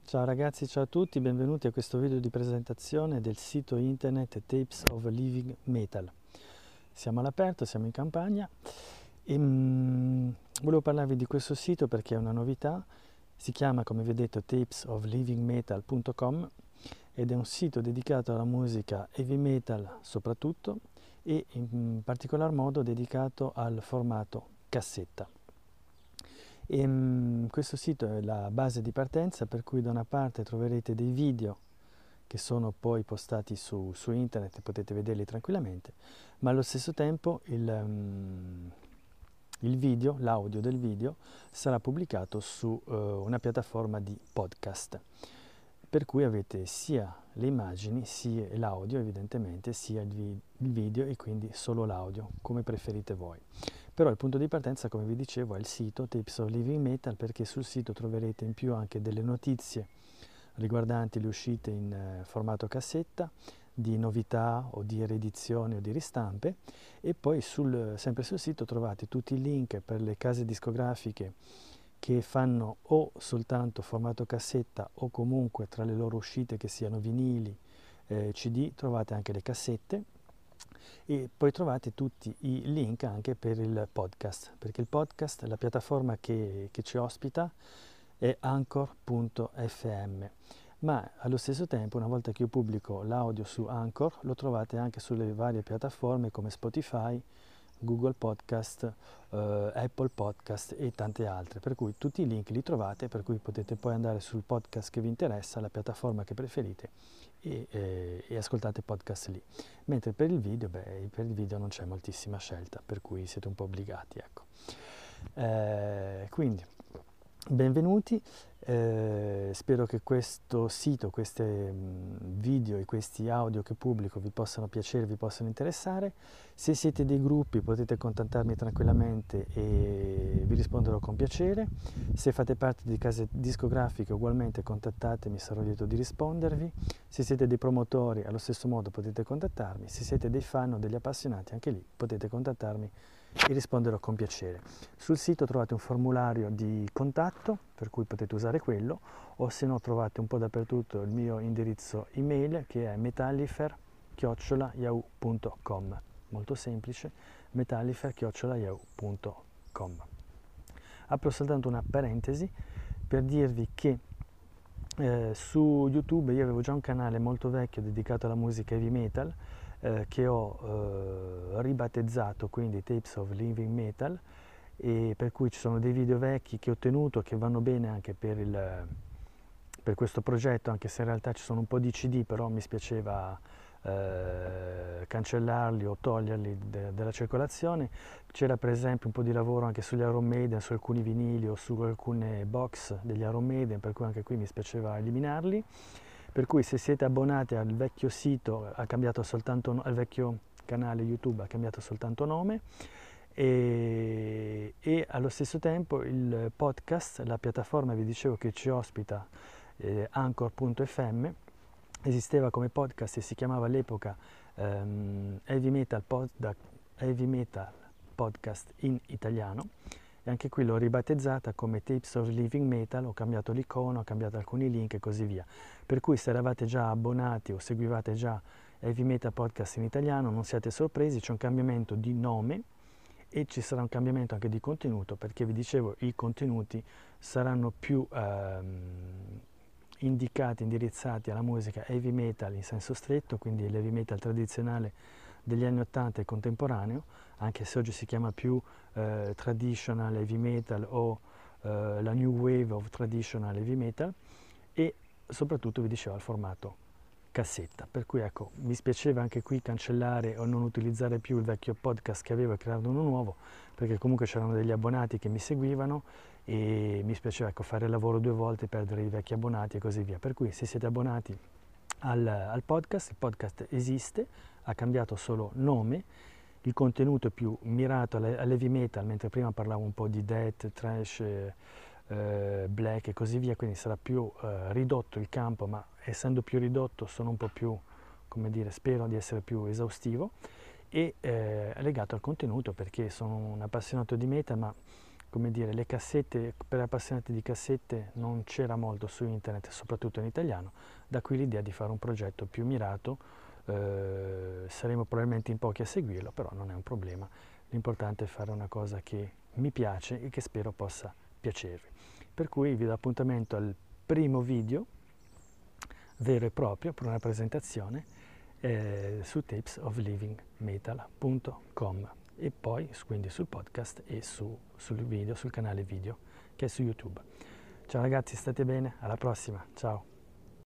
Ciao ragazzi, ciao a tutti, benvenuti a questo video di presentazione del sito internet Tapes of Living Metal. Siamo all'aperto, siamo in campagna e volevo parlarvi di questo sito perché è una novità. Si chiama, come vedete, tapesoflivingmetal.com ed è un sito dedicato alla musica heavy metal soprattutto e in particolar modo dedicato al formato cassetta. Questo sito è la base di partenza, per cui da una parte troverete dei video che sono poi postati su internet e potete vederli tranquillamente, ma allo stesso tempo l'audio del video sarà pubblicato su una piattaforma di podcast, per cui avete sia le immagini sia l'audio evidentemente, sia il video e quindi solo l'audio, come preferite voi. Però il punto di partenza, come vi dicevo, è il sito Tapes of Living Metal, perché sul sito troverete in più anche delle notizie riguardanti le uscite in formato cassetta, di novità o di riedizioni o di ristampe, e poi sempre sul sito trovate tutti i link per le case discografiche che fanno o soltanto formato cassetta o comunque tra le loro uscite che siano vinili, CD, trovate anche le cassette. E poi trovate tutti i link anche per il podcast, perché il podcast, la piattaforma che ci ospita è Anchor.fm, ma allo stesso tempo, una volta che io pubblico l'audio su Anchor, lo trovate anche sulle varie piattaforme come Spotify, Google Podcast, Apple Podcast e tante altre, per cui tutti i link li trovate, per cui potete poi andare sul podcast che vi interessa, la piattaforma che preferite e ascoltate podcast lì. Mentre per il video, per il video non c'è moltissima scelta, per cui siete un po' obbligati, ecco. Quindi benvenuti, spero che questo sito, questi video e questi audio che pubblico vi possano piacere, vi possano interessare. Se siete dei gruppi potete contattarmi tranquillamente e vi risponderò con piacere. Se fate parte di case discografiche ugualmente contattatemi, sarò lieto di rispondervi. Se siete dei promotori allo stesso modo potete contattarmi. Se siete dei fan o degli appassionati anche lì potete contattarmi e risponderò con piacere. Sul sito trovate un formulario di contatto, per cui potete usare quello, o se no trovate un po' dappertutto il mio indirizzo email che è metallifer@yahoo.com, molto semplice, metallifer@yahoo.com. Apro soltanto una parentesi per dirvi che su YouTube io avevo già un canale molto vecchio dedicato alla musica heavy metal, che ho ribattezzato quindi Tapes of Living Metal, e per cui ci sono dei video vecchi che ho tenuto che vanno bene anche per questo progetto, anche se in realtà ci sono un po' di CD, però mi spiaceva cancellarli o toglierli dalla circolazione. C'era per esempio un po' di lavoro anche sugli Iron Maiden, su alcuni vinili o su alcune box degli Iron Maiden, per cui anche qui mi spiaceva eliminarli. Per cui se siete abbonati al vecchio sito, al vecchio canale YouTube, ha cambiato soltanto nome, e allo stesso tempo il podcast, la piattaforma vi dicevo che ci ospita, Anchor.fm, esisteva come podcast e si chiamava all'epoca Heavy Metal Podcast in italiano, e anche qui l'ho ribattezzata come Tapes of Living Metal, ho cambiato l'icona, ho cambiato alcuni link e così via. Per cui se eravate già abbonati o seguivate già Heavy Metal Podcast in italiano non siate sorpresi, c'è un cambiamento di nome e ci sarà un cambiamento anche di contenuto, perché vi dicevo i contenuti saranno più indicati, indirizzati alla musica heavy metal in senso stretto, quindi l'heavy metal tradizionale degli anni 80 e contemporaneo, anche se oggi si chiama più traditional heavy metal o la new wave of traditional heavy metal, e soprattutto vi dicevo al formato cassetta, per cui ecco, mi spiaceva anche qui cancellare o non utilizzare più il vecchio podcast che avevo e creare uno nuovo, perché comunque c'erano degli abbonati che mi seguivano e mi spiaceva, ecco, fare il lavoro due volte, perdere i vecchi abbonati e così via. Per cui se siete abbonati al podcast, il podcast esiste, ha cambiato solo nome, il contenuto è più mirato all'heavy metal, mentre prima parlavo un po' di death, thrash, black e così via, quindi sarà più ridotto il campo, ma essendo più ridotto sono un po' più, come dire, spero di essere più esaustivo e legato al contenuto, perché sono un appassionato di metal, ma come dire, le cassette, per appassionati di cassette non c'era molto su internet, soprattutto in italiano, da qui l'idea di fare un progetto più mirato. Saremo probabilmente in pochi a seguirlo, però non è un problema, l'importante è fare una cosa che mi piace e che spero possa piacervi. Per cui vi do appuntamento al primo video vero e proprio per una presentazione su tapesoflivingmetal.com e poi quindi sul podcast e sul video, sul canale video che è su YouTube. Ciao ragazzi, state bene, alla prossima, ciao!